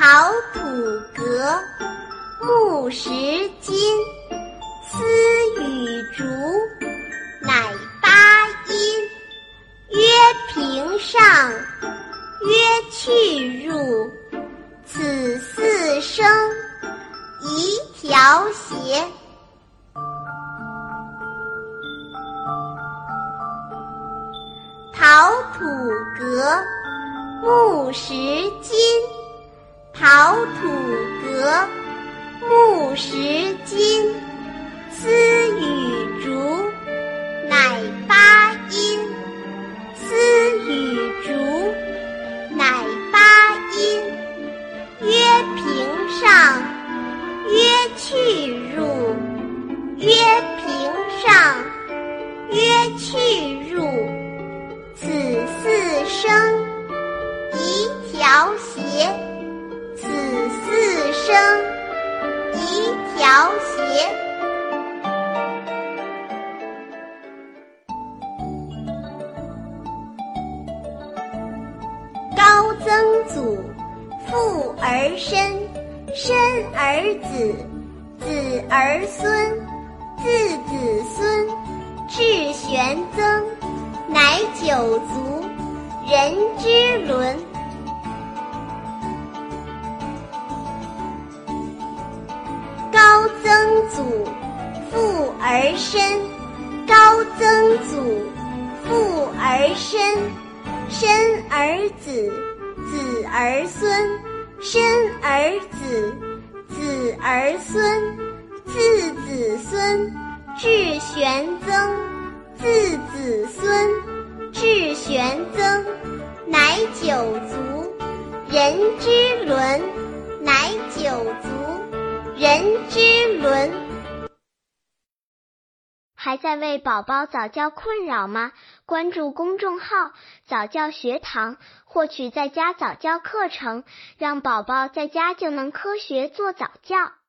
陶土革，木石金。丝与竹，乃八音。曰平上，曰去入。此四声，一调谐。陶土革，木石金。陶土革，木石金。丝与竹，乃八音。丝与竹，乃八音。曰平上，曰去入。曰平上，曰去入。此四声，一调谐。此四声，一调谐。高曾祖，父而身，身而子，子而孙，自子孙，至玄曾，乃九族，人之伦。高曾祖，父而身，高曾祖，父而身，身而子，子而孙，身而子，子而孙，自子孙，至玄曾，自子孙，至玄曾，乃九族，人之伦，乃九族，人之伦。 还在为宝宝早教困扰吗？关注公众号早教学堂，获取在家早教课程，让宝宝在家就能科学做早教。